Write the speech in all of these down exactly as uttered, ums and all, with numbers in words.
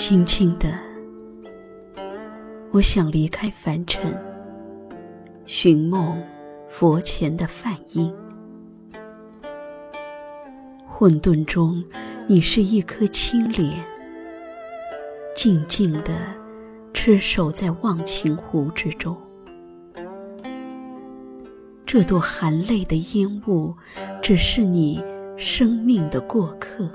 轻轻的，我想离开凡尘，寻梦佛前的梵音。混沌中，你是一颗青莲，静静地痴守在忘情湖之中。这朵含泪的烟雾，只是你生命的过客。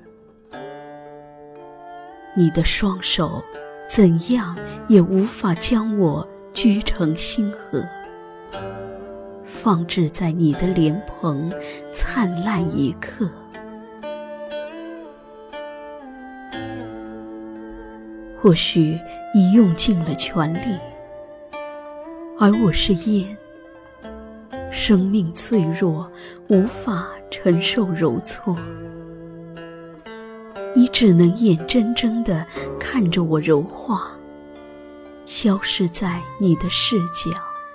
你的双手怎样也无法将我拘成星河，放置在你的莲蓬灿烂一刻。或许你用尽了全力，而我是烟，生命脆弱，无法承受揉搓。你只能眼睁睁地看着我柔化，消失在你的视角。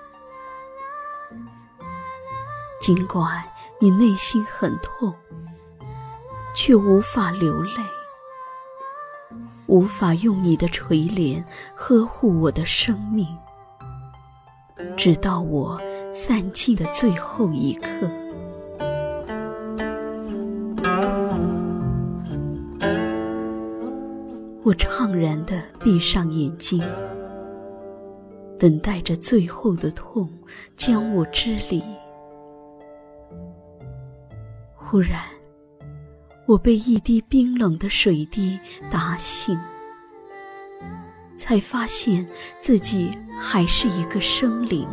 尽管你内心很痛，却无法流泪，无法用你的垂怜呵护我的生命，直到我散尽的最后一刻。我怅然地闭上眼睛，等待着最后的痛将我支离。忽然，我被一滴冰冷的水滴打醒，才发现自己还是一个生灵。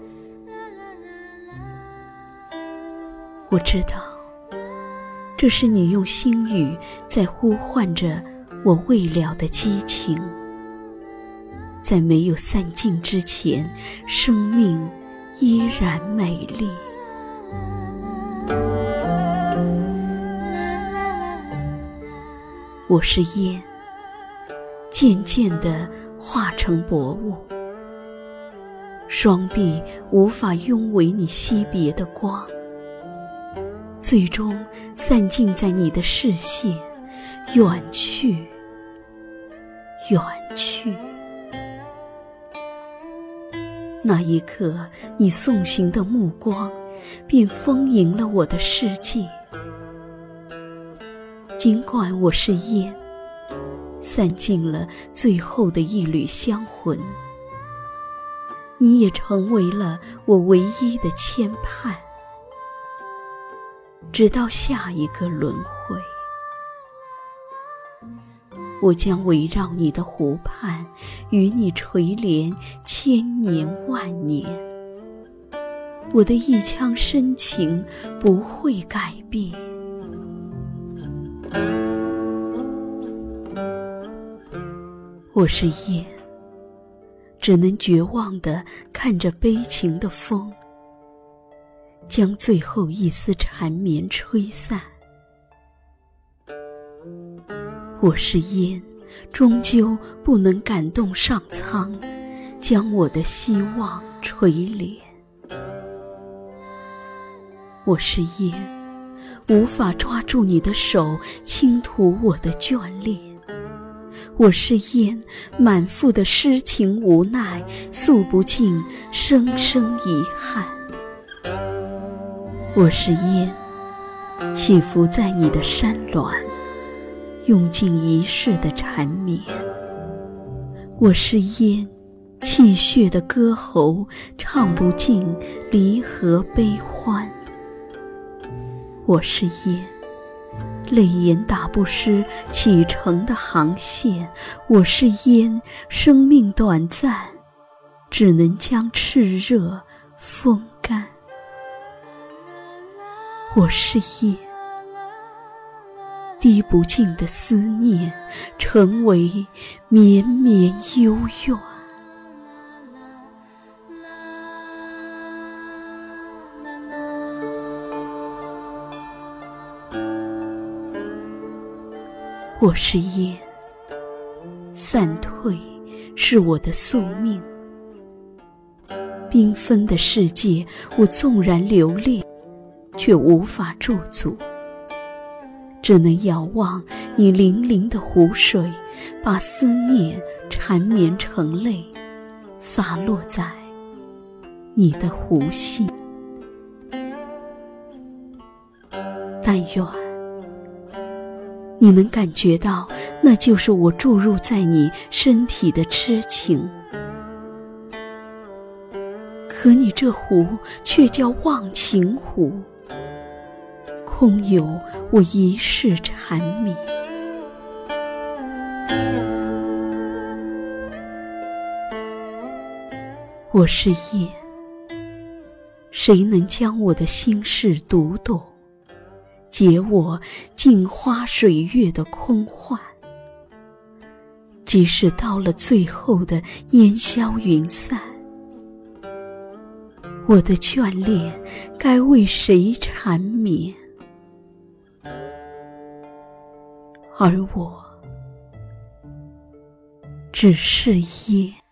我知道，这是你用心语在呼唤着我未了的激情。在没有散尽之前，生命依然美丽。我是烟，渐渐地化成薄雾，双臂无法拥围你惜别的光，最终散尽在你的视线，远去，远去。那一刻，你送行的目光便丰盈了我的世界。尽管我是烟，散尽了最后的一缕香魂，你也成为了我唯一的牵绊，直到下一个轮回。我将围绕你的湖畔，与你垂怜千年万年。我的一腔深情不会改变。我是烟，只能绝望地看着悲情的风，将最后一丝缠绵吹散。我是烟，终究不能感动上苍，将我的希望垂怜。我是烟，无法抓住你的手，倾吐我的眷恋。我是烟，满腹的诗情无奈，诉不尽生生遗憾。我是烟，起伏在你的山峦，用尽一世的缠绵。我是烟，泣血的歌喉，唱不尽离合悲欢。我是烟，泪眼打不湿启程的航线。我是烟，生命短暂，只能将炽热风干。我是烟，滴不尽的思念，成为绵绵幽怨。我是烟，散退是我的宿命。缤纷的世界，我纵然留恋，却无法驻足，只能遥望你粼粼的湖水，把思念缠绵成泪，洒落在你的湖心。但愿你能感觉到，那就是我注入在你身体的痴情。可你这湖却叫忘情湖，空有我一世缠绵。我是燕，谁能将我的心事读懂，解我镜花水月的空幻？即使到了最后的烟消云散，我的眷恋该为谁缠绵？而我只是烟。